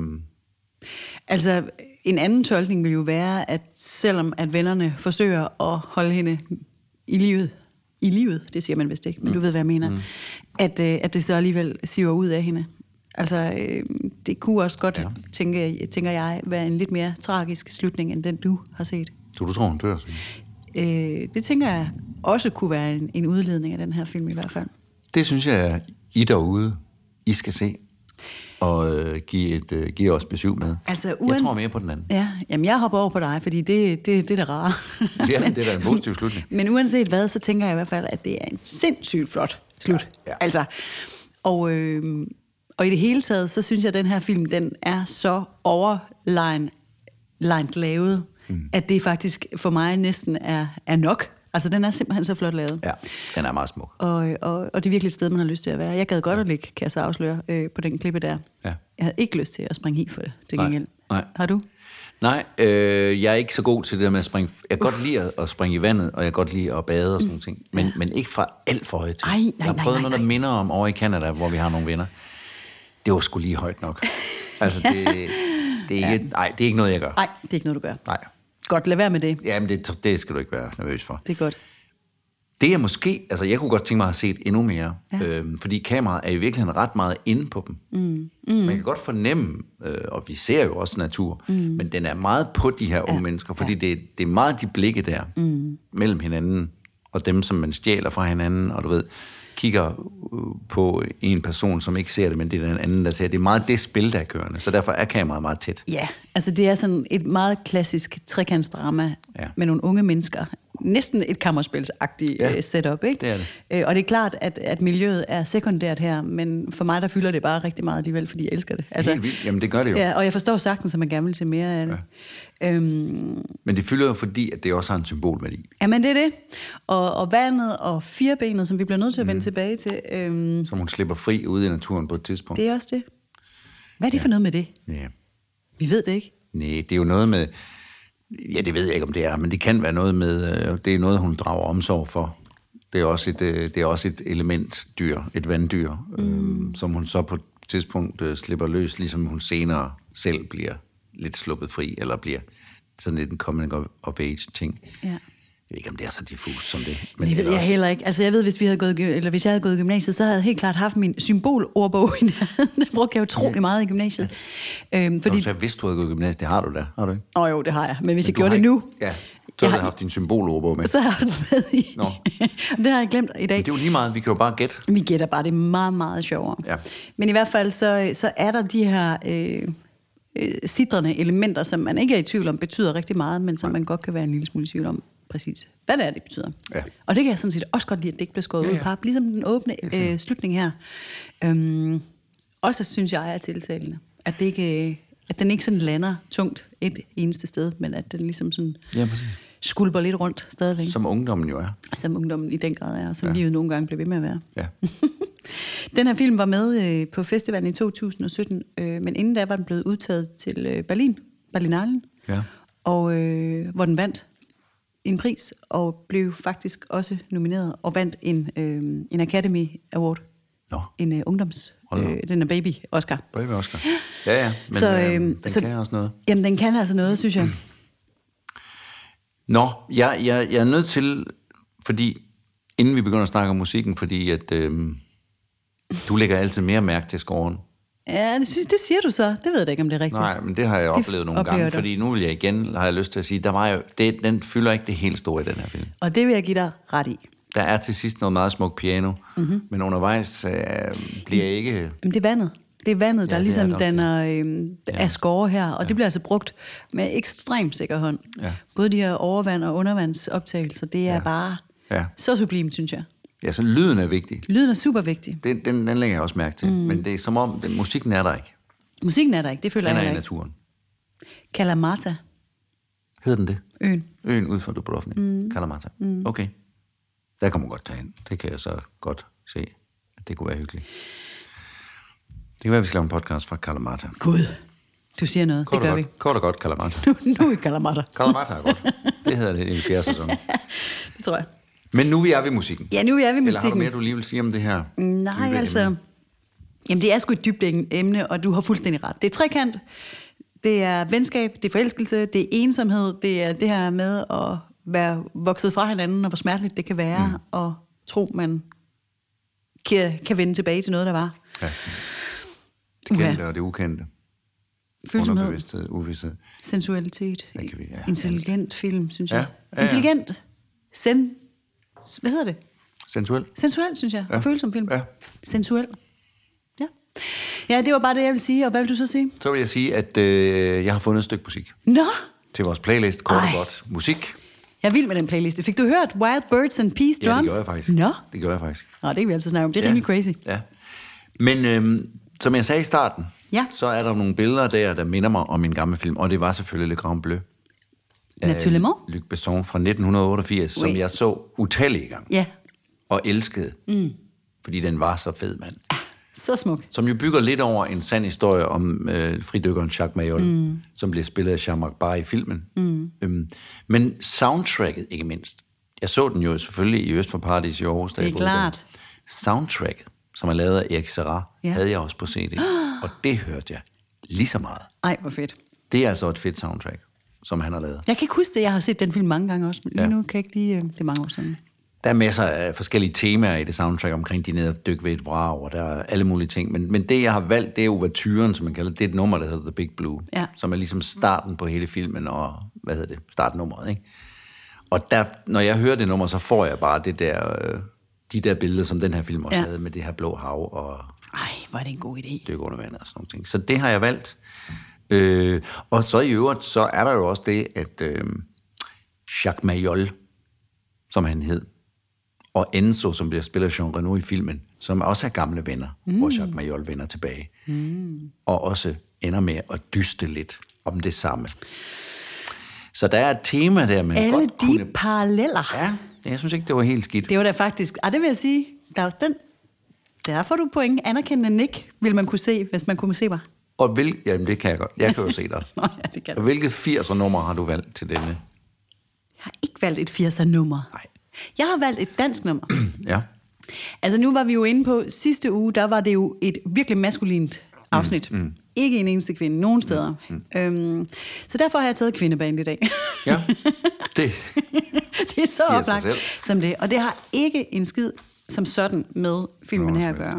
Altså, en anden tolkning vil jo være, at selvom at vennerne forsøger at holde hende i livet, det siger man vist ikke, men du ved, hvad jeg mener, at det så alligevel siver ud af hende. Altså, det kunne også godt, tænker jeg, være en lidt mere tragisk slutning, end den du har set. Du tror, hun dør? Det tænker jeg også kunne være en udledning af den her film i hvert fald. Det synes jeg, I derude, I skal se. Og give os besøg med. Altså, jeg tror mere på den anden. Ja, jamen jeg hopper over på dig, fordi det er det rare. Ja, det er da en positiv slutning. Men uanset hvad, så tænker jeg i hvert fald, at det er en sindssygt flot slut. Ja. Altså, og i det hele taget, så synes jeg, at den her film, den er så overlegnet lavet, at det faktisk for mig næsten er nok. Altså, den er simpelthen så flot lavet. Ja, den er meget smuk. Og det er virkelig et sted, man har lyst til at være. Jeg gad godt at ligge, kan jeg så afsløre, på den klippe der. Ja. Jeg havde ikke lyst til at springe i for det, til gengæld. Nej. Har du? Nej, jeg er ikke så god til det der med at springe. Jeg kan godt lide at springe i vandet, og jeg kan godt lide at bade og sådan nogle ting. Men ikke fra alt for højt til. Jeg har prøvet noget, der minder om over i Canada, hvor vi har nogle venner. Det var sgu lige højt nok. Altså, det er ikke, det er ikke noget, jeg gør. Nej, det er ikke noget, du gør. Nej. Godt, lad være med det. Jamen, det skal du ikke være nervøs for. Det er godt. Det er måske, altså jeg kunne godt tænke mig at have set endnu mere, fordi kameraet er i virkeligheden ret meget inde på dem. Man kan godt fornemme, og vi ser jo også natur, men den er meget på de her unge mennesker, fordi det er meget de blikke der mellem hinanden, og dem, som man stjæler fra hinanden, og du ved, kigger på en person, som ikke ser det, men det er den anden, der ser det. Det er meget det spil, der er kørende, så derfor er kameraet meget tæt. Ja, altså det er sådan et meget klassisk trekantsdrama med nogle unge mennesker. Næsten et kammerspilsagtigt setup, ikke? Det er det. Og det er klart, at miljøet er sekundært her, men for mig, der fylder det bare rigtig meget alligevel, fordi jeg elsker det. Altså, helt vildt. Jamen, det gør det jo. Ja, og jeg forstår sagtens, at man gerne vil se mere af det. Ja. Men det fylder jo, fordi at det også har en symbolværdi. Jamen, det er det. Og vandet og firebenet, som vi bliver nødt til at vende tilbage til. Som hun slipper fri ude i naturen på et tidspunkt. Det er også det. Hvad er det for noget med det? Ja. Vi ved det ikke. Nej, det er jo noget med... Ja, det ved jeg ikke, om det er, men det kan være noget med... Det er noget, hun drager omsorg for. Det er også et elementdyr, et vanddyr, som hun så på et tidspunkt slipper løs, ligesom hun senere selv bliver lidt sluppet fri, eller bliver sådan lidt en coming of age ting. Ja. Jeg ved ikke, om det er så diffus som det. Men det ved jeg heller ikke. Altså, jeg ved, hvis jeg havde gået i gymnasiet, så havde jeg helt klart haft min symbolordbog i nærheden. Den brugte jeg utrolig meget i gymnasiet. Fordi... Så hvis du havde gået i gymnasiet, det har du da, har du ikke? Jo, det har jeg. Men hvis jeg gjorde det nu... Ja, så havde jeg haft din symbolordbog med. Så har jeg den med i. Det har jeg glemt i dag. Men det er jo lige meget, vi kan jo bare gætte. Vi gætter bare, det er meget, meget sjovere. Ja. Men i hvert fald, så er der de her... sidrende elementer, som man ikke er i tvivl om, betyder rigtig meget, men som man godt kan være en lille smule i tvivl om præcis, hvad det er, det betyder. Ja. Og det kan jeg sådan set også godt lide, at det ikke bliver skåret ud i pap, ligesom den åbne slutning her. Også synes jeg er tiltalende, at det ikke, at den ikke sådan lander tungt et eneste sted, men at den ligesom sådan skulper lidt rundt stadigvæk. Som ungdommen jo er. Som ungdommen i den grad er, og som livet nogle gange bliver ved med at være. Ja. Den her film var med på festivalen i 2017, men inden da var den blevet udtaget til Berlinalen, og hvor den vandt en pris, og blev faktisk også nomineret, og vandt en Academy Award. En ungdoms... den er Baby Oscar. Baby Oscar. Ja. Men så, den kan også noget. Jamen, den kan altså noget, synes jeg. Nå, jeg er nødt til, fordi... Inden vi begynder at snakke om musikken, fordi at... Du lægger altid mere mærke til scoren. Ja, det siger du så. Det ved jeg ikke, om det er rigtigt. Nej, men det har jeg oplevet nogle gange, fordi nu vil jeg igen, har jeg lyst til at sige, der var jo, den fylder ikke det helt store i den her film. Og det vil jeg give dig ret i. Der er til sidst noget meget smukt piano, men undervejs bliver jeg ikke... Jamen, det er vandet. Det er vandet, der ligesom danner af score her, og det bliver altså brugt med ekstrem sikker hånd. Ja. Både de her overvand- og undervandsoptagelser, det er bare så sublimt, synes jeg. Ja, så lyden er vigtig. Lyden er super vigtig. Den lægger jeg også mærke til. Men det er som om, musikken er der ikke. Musikken er der ikke, det føler jeg ikke. Den er i naturen. Kalamata. Hedder den det? Øen ud fra Dubrovnik. Kalamata. Okay. Der kan man godt tage ind. Det kan jeg så godt se, at det kunne være hyggeligt. Det kan være, at vi skal lave en podcast fra Kalamata. Gud, du siger noget. Det gør vi. Kort og godt, Kalamata. Nu er Kalamata. Kalamata er godt. Det hedder det i 4. sæson. Det tror jeg. Men nu er vi ved musikken. Ja, nu er vi ved musikken. Eller har du mere, du lige vil sige om det her? Nej, altså... Jamen, det er sgu et dybt emne, og du har fuldstændig ret. Det er trekant, det er venskab, det er forelskelse, det er ensomhed, det er det her med at være vokset fra hinanden, og hvor smerteligt det kan være, og tro, man kan vende tilbage til noget, der var. Ja. Det kendte og det ukendte. Følsomhed. Underbevidsthed, uvidsthed. Sensualitet. Intelligent film, synes jeg. Intelligent. Hvad hedder det? Sensuel, synes jeg. Ja. Følsom film. Ja. Sensuel. Ja, det var bare det, jeg ville sige. Og hvad vil du så sige? Så vil jeg sige, at jeg har fundet et stykke musik. Nå! Til vores playlist, kort og godt. Musik. Jeg er vild med den playlist. Fik du hørt Wild Birds and Peace Drums? Ja, det gør jeg faktisk. Nå? Det gør jeg faktisk. Nå, det kan vi altid snakke om. Det er rimelig crazy. Ja. Men som jeg sagde i starten, så er der nogle billeder der minder mig om en gammel film. Og det var selvfølgelig Le Grand Bleu. Naturellement. Luc Besson fra 1988, som jeg så utallige gange. Ja. Og elskede. Fordi den var så fed, mand. Så smuk. Som jo bygger lidt over en sand historie om fridykkeren Jacques Mayol, som bliver spillet af Jean-Marc Barr i filmen. Men soundtracket ikke mindst. Jeg så den jo selvfølgelig i Øst for Paradis i Aarhus. Det er klart. Soundtracket, som er lavet af Erik Serra, havde jeg også på CD. Og det hørte jeg lige så meget. Ej, hvor fedt. Det er altså et fedt soundtrack, som han har lavet. Jeg kan ikke huske det. Jeg har set den film mange gange også. Men lige nu kan jeg ikke lige... Det er mange år siden. Der er masser af forskellige temaer i det soundtrack omkring de nede og dykke ved et vrag, og der er alle mulige ting. Men det, jeg har valgt, det er ouverturen, som man kalder det. Det er et nummer, der hedder The Big Blue, som er ligesom starten på hele filmen, og startnummeret, ikke? Og der, når jeg hører det nummer, så får jeg bare det der de der billeder, som den her film også havde, med det her blå hav og... Ej, hvor er det en god idé. Dykke under vandet og sådan nogle ting. Så det har jeg valgt. Og så i øvrigt, så er der jo også det, at Jacques Mayol, som han hed, og Enzo, som bliver spillet af Jean Reno i filmen, som også er gamle venner, hvor Jacques Mayol vender tilbage. Og også ender med at dyste lidt om det samme. Så der er et tema der, man alle godt de kunne... paralleller. Ja, jeg synes ikke, det var helt skidt. Det var da faktisk... det vil jeg sige. Der er også den. Der får du point. Anerkendende nik, vil man kunne se, hvis man kunne se mig. Og jamen, det kan jeg godt. Jeg kan jo se dig. Nå, ja, det kan du. Og hvilket 80'er-nummer har du valgt til denne? Jeg har ikke valgt et 80'er-nummer. Nej. Jeg har valgt et dansk nummer. Ja. Altså nu var vi jo inde på sidste uge, der var det jo et virkelig maskulint afsnit. Ikke en eneste kvinde, nogen steder. Så derfor har jeg taget kvindeband i dag. Ja, det er så oplagt som det. Og det har ikke en skid som sådan med filmen her at gøre.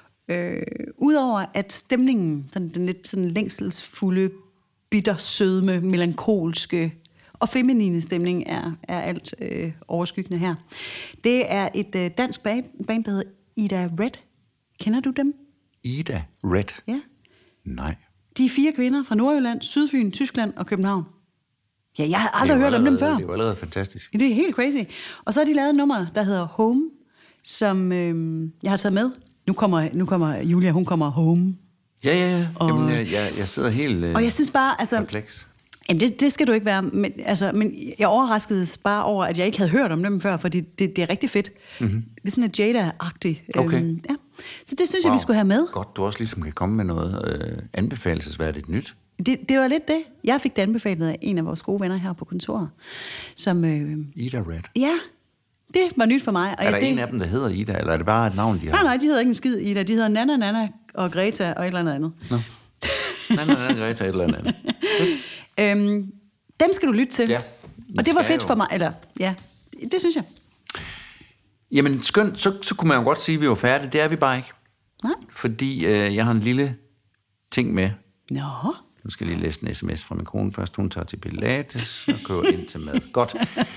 Udover at stemningen, sådan den lidt sådan længselsfulde, bittersødme, melankolske og feminine stemning er alt overskyggende her. Det er et dansk band, der hedder Ida Red. Kender du dem? Ida Red? Ja. Nej. De er 4 kvinder fra Nordjylland, Sydfyn, Tyskland og København. Ja, jeg har aldrig hørt om dem før. Det er jo allerede fantastisk. Det er helt crazy. Og så har de lavet et nummer, der hedder Home, som jeg har taget med. Nu kommer Julia, hun kommer home. Ja. Jamen, jeg sidder helt og jeg synes bare, altså, perpleks. Jamen, det skal du ikke være. Men jeg overraskede bare over, at jeg ikke havde hørt om dem før, fordi det er rigtig fedt. Det er sådan et Jada-agtigt. Okay. Ja. Så det synes jeg, vi skulle have med. Godt, du også ligesom kan komme med noget anbefalelsesværdigt nyt. Det var lidt det. Jeg fik det anbefalet af en af vores gode venner her på kontoret. Som, Ida Red? Ja, det var nyt for mig. Og er der en af dem, der hedder Ida, eller er det bare et navn, de har? Nej, de hedder ikke en skid Ida. De hedder Nana og Greta og et eller andet. Nå. Nana, Greta og et eller andet. Dem skal du lytte til. Ja. Og det var fedt for mig. Eller, ja, det synes jeg. Jamen, skønt. Så kunne man jo godt sige, at vi var færdige. Det er vi bare ikke. Nej. Fordi jeg har en lille ting med. Nå. Nu skal jeg lige læse en sms fra min kone først. Hun tager til Pilates og kører ind til mad. Godt.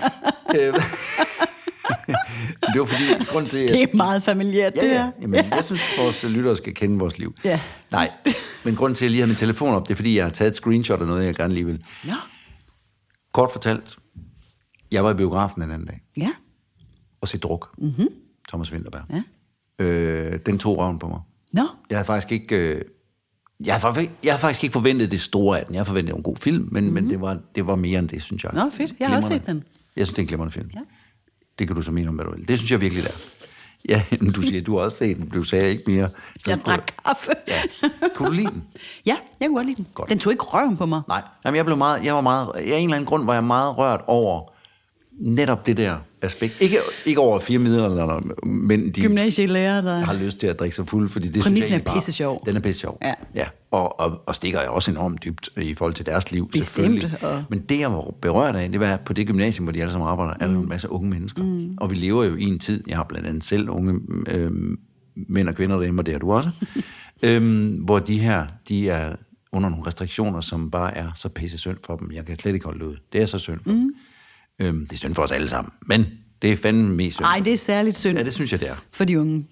Det var fordi, grund til... Det er meget familiært, det her. Jamen, jeg synes, vores lyttere skal kende vores liv. Ja. Nej, men grund til, at jeg lige har min telefon op, det er, fordi jeg har taget et screenshot af noget, jeg gerne lige vil. Ja. Kort fortalt, jeg var i biografen den anden dag. Ja. Og se Druk. Thomas Vinterberg. Ja. Den tog røven på mig. Nå. Jeg havde faktisk ikke... Jeg har faktisk ikke forventet det store af den. Jeg forventede en god film, men det var mere end det, synes jeg. Nå, fedt. Jeg har også set den. Jeg synes, det er en glimrende film. Ja. Det kan du så mene om, hvad du vil. Det synes jeg virkelig, det er. Ja, du siger, du har også set den. Du sagde ikke mere. Jeg drak kaffe. Ja. Kunne du lide den? Ja, jeg kunne godt lide den. Godt. Den tog ikke røven på mig. Nej. Jamen, af en eller anden grund var jeg meget rørt over netop det der aspekt. Ikke over 4 midler, men de gymnasielærer, der har lyst til at drikke sig fuld, fordi det præmissen synes jeg er pisse sjov. Den er pisse sjov. Ja. Og stikker jeg også enormt dybt i forhold til deres liv, bestemt, selvfølgelig. Men det, jeg var berørt af, det var på det gymnasium, hvor de alle sammen arbejder, er der jo en masse unge mennesker. Og vi lever jo i en tid, jeg har blandt andet selv unge mænd og kvinder derhjemme, og det har du også, hvor de er under nogle restriktioner, som bare er så pisse synd for dem. Jeg kan slet ikke holde det ud. Det er så synd for dem. Det er synd for os alle sammen, men det er fandme mest synd. Nej, det er særligt synd. Ja, det synes jeg, det er. For de unge.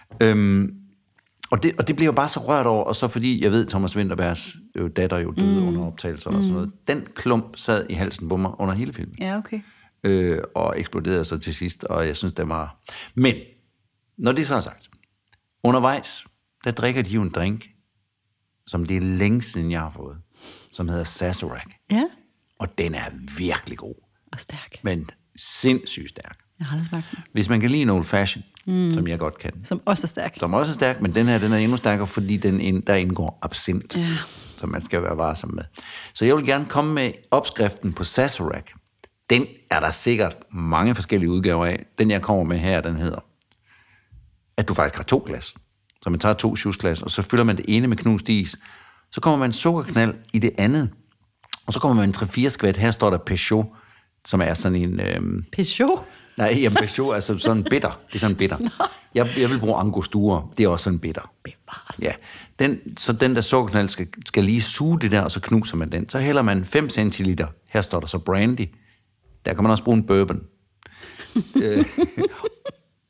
Og det blev jo bare så rørt over, og så fordi jeg ved, Thomas Vinterbergs datter jo døde under optagelser og sådan noget. Den klump sad i halsen på mig under hele filmen. Ja, okay. Og eksploderede så til sidst, og jeg synes, det var... Men, når det så er sagt, undervejs, der drikker de jo en drink, som det er længe siden, jeg har fået, som hedder Sazerac. Ja. Og den er virkelig god. Og stærk. Men sindssygt stærk. Jeg har aldrig smagt den. Hvis man kan lide en old fashion, som jeg godt kan. Som også er stærk. Som også er stærk, men den her, den er endnu stærkere, fordi der indgår absint, som man skal være varsom med. Så jeg vil gerne komme med opskriften på Sazerac. Den er der sikkert mange forskellige udgaver af. Den, jeg kommer med her, den hedder, at du faktisk har 2 glas. Så man tager 2 shusglas, og så fylder man det ene med knust is. Så kommer man sukkerknald i det andet. Og så kommer man 3-4 skvat. Her står der Peugeot, som er sådan en... Peugeot? Nej, jamen Peugeot er sådan bitter. Det er sådan bitter. Jeg vil bruge Angostura. Det er også sådan bitter. Bevares. Ja. Så den der sukkerknald skal lige suge det der, og så knuser man den. Så hælder man 5 centiliter. Her står der så brandy. Der kan man også bruge en bourbon.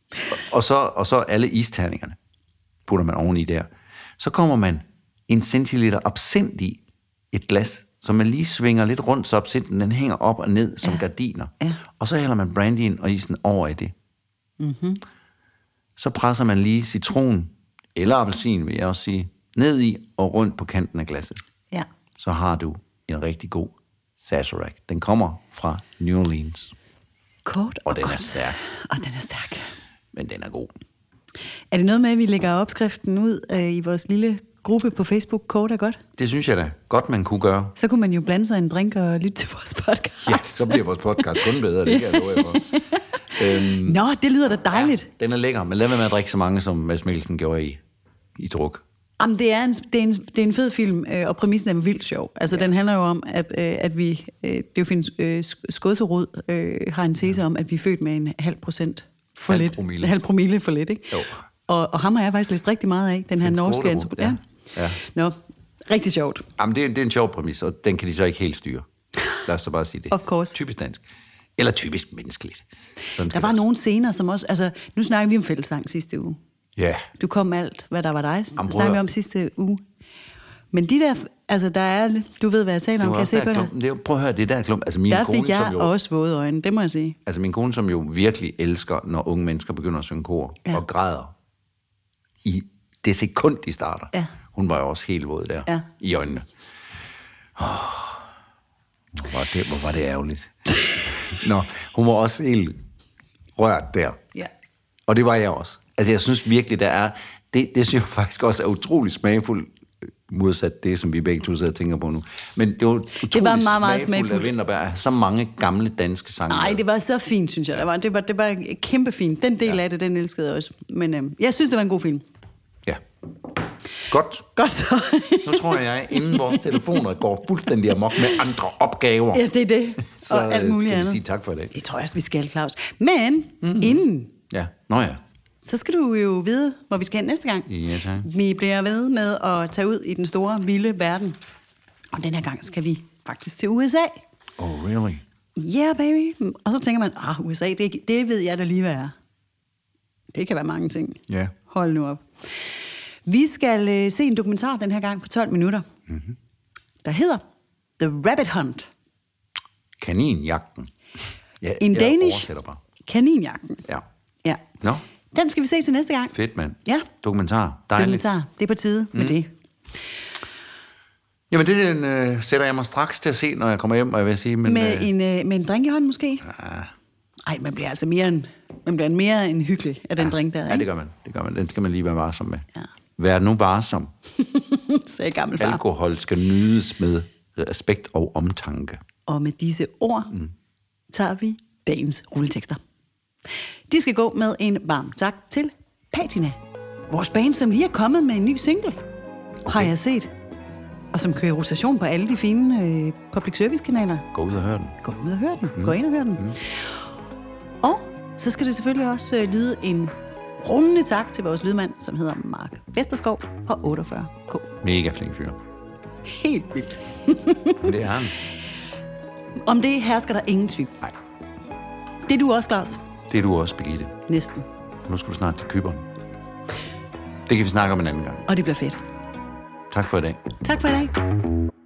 Og så alle isterningerne putter man oveni der. Så kommer man 1 centiliter absint i et glas, så man lige svinger lidt rundt, så absinten den hænger op og ned som gardiner. Ja. Og så hælder man brandyen og isen over i det. Mm-hmm. Så presser man lige citron, eller appelsin, vil jeg også sige, ned i og rundt på kanten af glasset. Ja. Så har du en rigtig god Sazerac. Den kommer fra New Orleans. Kort og den godt. Er stærk. Og den er stærk. Men den er god. Er det noget med, at vi lægger opskriften ud i vores lille gruppe på Facebook, Kort og godt? Det synes jeg da godt, man kunne gøre. Så kunne man jo blande sig en drink og lytte til vores podcast. Ja, så bliver vores podcast kun bedre, det kan jeg love jer for. Nå, det lyder da dejligt. Ja, den er lækker, men lad være med at drikke så mange, som Mads Mikkelsen gjorde i druk. Jamen, det er en fed film, og præmissen er vildt sjov. Altså, den handler jo om, at vi... Diopheen Skåserud har en tese om, at vi er født med 0,5% for lidt. 0,5 promille for lidt, ikke? Jo. Og ham har jeg faktisk læst rigtig meget af, den her norske antropolog. Ja. Nå, rigtig sjovt. Jamen, det er en sjov præmis, og den kan de så ikke helt styre. Lad os så bare sige det. Of course. Typisk dansk. Eller typisk menneskeligt. Der var nogle scener, som også... Altså, nu snakker vi om fællessang sidste uge. Ja. Du kom med alt, hvad der var dig. Snakker vi om sidste uge. Men de der... Altså, der er... Du ved, hvad jeg taler om. Kan jeg se på dig? Prøv at høre, det er der klump. Altså, min der kone, fik jeg også våde øjne, det må jeg sige. Altså, min kone, som jo virkelig elsker, når unge mennesker begynder at synge kor, og græder i det sekund, de starter. Ja. Hun var jo også helt våd der i øjnene. Hvor var det ærgerligt. Nå, hun var også helt rørt der. Ja. Og det var jeg også. Altså, jeg synes virkelig, der er... Det synes jeg faktisk også er utrolig smagfuldt, modsat det, som vi begge to sidder og tænker på nu. Men det var utrolig det var meget smagfuldt af Vinterberg. Så mange gamle danske sange. Nej, det var så fint, synes jeg. Det var kæmpe fint. Den del af det, den elskede jeg også. Men jeg synes, det var en god film. Ja. Godt så. Nu tror jeg, inden vores telefoner går fuldstændig amok med andre opgaver. Ja, det er det. Så og alt muligt skal andet. Vi sige tak for det. Det tror jeg også, vi skal, Claus. Men inden... Ja, nå ja. Så skal du jo vide, hvor vi skal hen næste gang. Ja, tak. Vi bliver ved med at tage ud i den store, vilde verden. Og den her gang skal vi faktisk til USA. Oh, really? Yeah, baby. Og så tænker man, USA, det ved jeg da lige, hvad er. Det kan være mange ting. Ja. Yeah. Hold nu op. Vi skal se en dokumentar den her gang på 12 minutter, der hedder The Rabbit Hunt. Kaninjagten. Ja, en Danish kaninjagten. Ja. Nå. Den skal vi se til næste gang. Fedt, mand. Ja. Dokumentar. Dejligt. Dokumentar. Det er på tide med det. Jamen, det sætter jeg mig straks til at se, når jeg kommer hjem, og jeg vil sige... Men, med en drink i hånden, måske? Nej, man bliver altså mere end hyggelig af den drink der, ikke? Ja, det gør man. Den skal man lige være varsom med. Ja. Vær nu varsom. Sagde gammel far. Alkohol skal nydes med respekt og omtanke. Og med disse ord tager vi dagens rulletekster. De skal gå med en varm tak til Patina. Vores band, som lige er kommet med en ny single, har jeg set. Og som kører i rotation på alle de fine public service kanaler. Gå ud og hør den. Gå ind og hør den. Og så skal det selvfølgelig også lyde en rundende tak til vores lydmand, som hedder Mark Vesterskov fra 48K. Mega flink fyr. Helt vildt. Det er han. Om det hersker der ingen tvivl. Nej. Det er du også, Claus. Det er du også, Birgitte. Næsten. Nu skal du snart til Cypern. Det kan vi snakke om en anden gang. Og det bliver fedt. Tak for i dag. Tak for i dag.